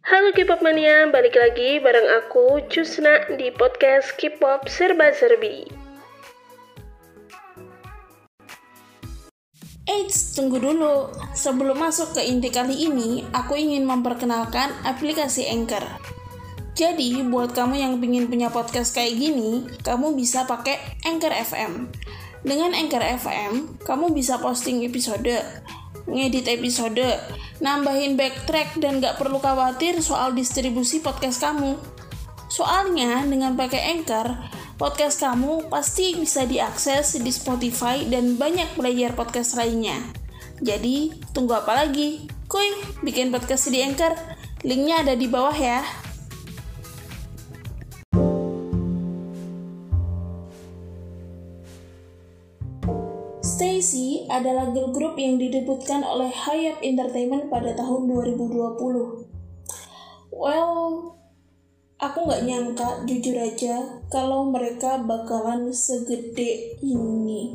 Halo K-pop mania, balik lagi bareng aku Cusna di podcast K-pop Serba Serbi. Eits, tunggu dulu. Sebelum masuk ke inti kali ini, aku ingin memperkenalkan aplikasi Anchor. Jadi, buat kamu yang ingin punya podcast kayak gini, kamu bisa pakai Anchor FM. Dengan Anchor FM, kamu bisa posting episode, ngedit episode, nambahin backtrack, dan gak perlu khawatir soal distribusi podcast kamu. Soalnya, dengan pakai Anchor, podcast kamu pasti bisa diakses di Spotify dan banyak player podcast lainnya. Jadi, tunggu apa lagi? Kuy, bikin podcast di Anchor. Linknya ada di bawah ya. Stacey adalah girl group yang didebutkan oleh Hype Entertainment pada tahun 2020. Well, aku gak nyangka, jujur aja, kalau mereka bakalan segede ini.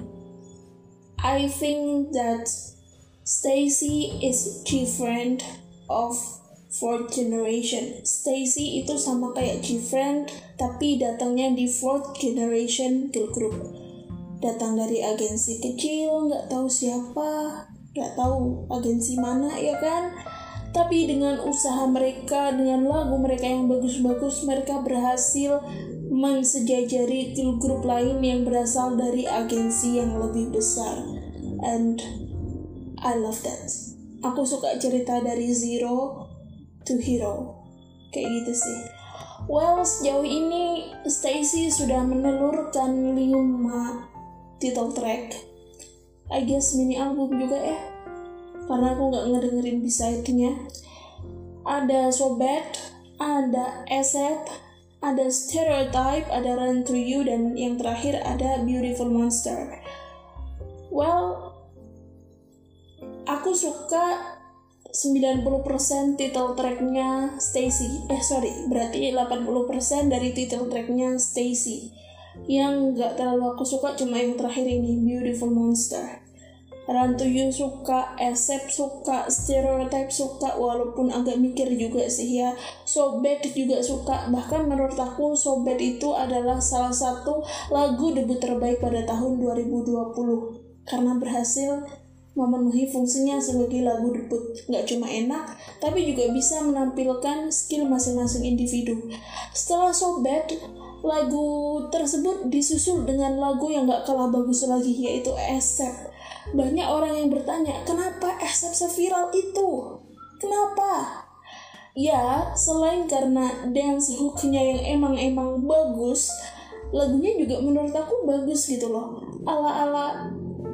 I think that Stacey is different of fourth generation. Stacey itu sama kayak G-Friend, tapi datangnya di fourth generation girl group. Datang dari agensi kecil, gak tahu siapa, gak tahu agensi mana ya kan. Tapi dengan usaha mereka, dengan lagu mereka yang bagus-bagus, mereka berhasil mensejajari grup lain yang berasal dari agensi yang lebih besar. And I love that. Aku suka cerita dari zero to hero. Kayak gitu sih. Well, sejauh ini Stacey sudah menelurkan 5 title track. I guess mini album juga ya, karena aku gak ngedengerin B-side-nya. Ada So Bad, ada Asset, ada Stereotype, ada Run To You, dan yang terakhir ada Beautiful Monster. Well, aku suka 90% title tracknya Stacey. Berarti 80% dari title tracknya Stacey. Yang gak terlalu aku suka cuma yang terakhir ini, Beautiful Monster. Run To You suka, Accept suka, Stereotype suka, walaupun agak mikir juga sih ya. So Bad juga suka, bahkan menurut aku So Bad itu adalah salah satu lagu debut terbaik pada tahun 2020 karena berhasil memenuhi fungsinya sebagai lagu debut. Gak cuma enak, tapi juga bisa menampilkan skill masing-masing individu. Setelah So Bad, lagu tersebut disusul dengan lagu yang gak kalah bagus lagi, yaitu Accept. Banyak orang yang bertanya, kenapa Accept seviral itu? Kenapa? Ya, selain karena dance hook-nya yang emang bagus, lagunya juga menurut aku bagus gitu loh. Ala-ala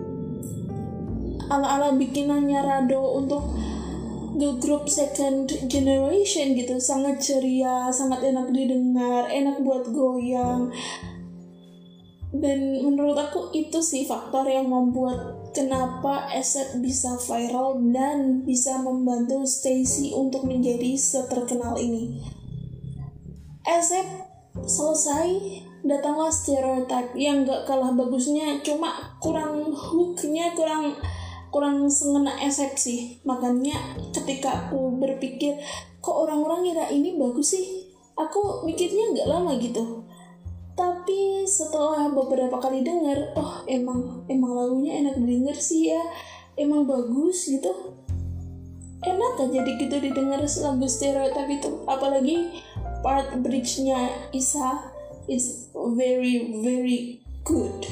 bikinannya Rado untuk girl group second generation gitu, sangat ceria, sangat enak didengar, enak buat goyang. Dan menurut aku itu sih faktor yang membuat kenapa Accept bisa viral dan bisa membantu Stacey untuk menjadi seterkenal ini. Accept selesai, datanglah Stereotype yang gak kalah bagusnya, cuma kurang hooknya, kurang sengena Accept sih. Makanya ketika aku berpikir, kok orang-orang ngira ini bagus sih, aku mikirnya gak lama gitu. Tapi setelah beberapa kali denger, oh emang lagunya enak didengar sih ya, emang bagus gitu, enak aja gitu didengar lagu Stereotype itu. Apalagi part bridge-nya Isa is very very good.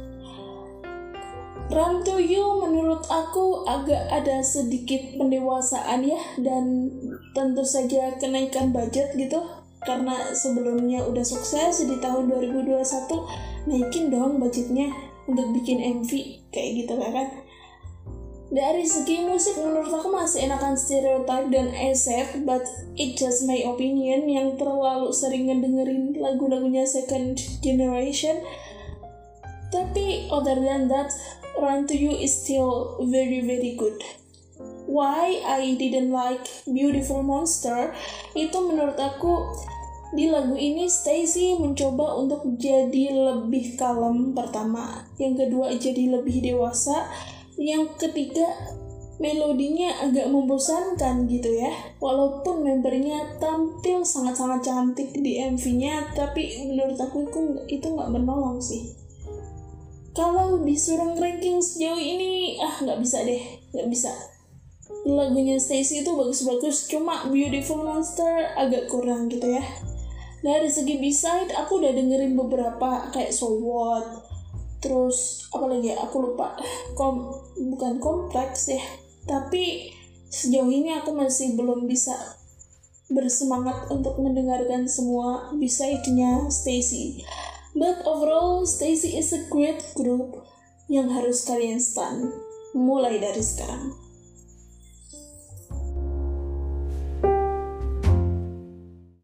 Run To You menurut aku agak ada sedikit pendewasaan ya, dan tentu saja kenaikan budget gitu, karena sebelumnya udah sukses di tahun 2021, naikin dong budgetnya untuk bikin MV kayak gitu kan. Dari segi musik menurut aku masih enakan Stereotype dan Accept, but it just my opinion yang terlalu sering ngedengerin lagu-lagunya second generation. Tapi other than that, Run To You is still very very good. Why I didn't like Beautiful Monster, itu menurut aku di lagu ini Stacey mencoba untuk jadi lebih kalem pertama, yang kedua jadi lebih dewasa, yang ketiga melodinya agak membosankan gitu ya. Walaupun membernya tampil sangat-sangat cantik di MV-nya, tapi menurut aku itu nggak menolong sih. Kalau disuruh ranking sejauh ini, nggak bisa deh, nggak bisa. Lagunya Stacey itu bagus-bagus, cuma Beautiful Monster agak kurang gitu ya. Dari segi B-side, aku udah dengerin beberapa kayak So What, terus apa lagi ya, aku lupa, bukan Kompleks ya. Tapi sejauh ini aku masih belum bisa bersemangat untuk mendengarkan semua B-side-nya Stacey. But overall, Stacey is a great group yang harus kalian stan mulai dari sekarang.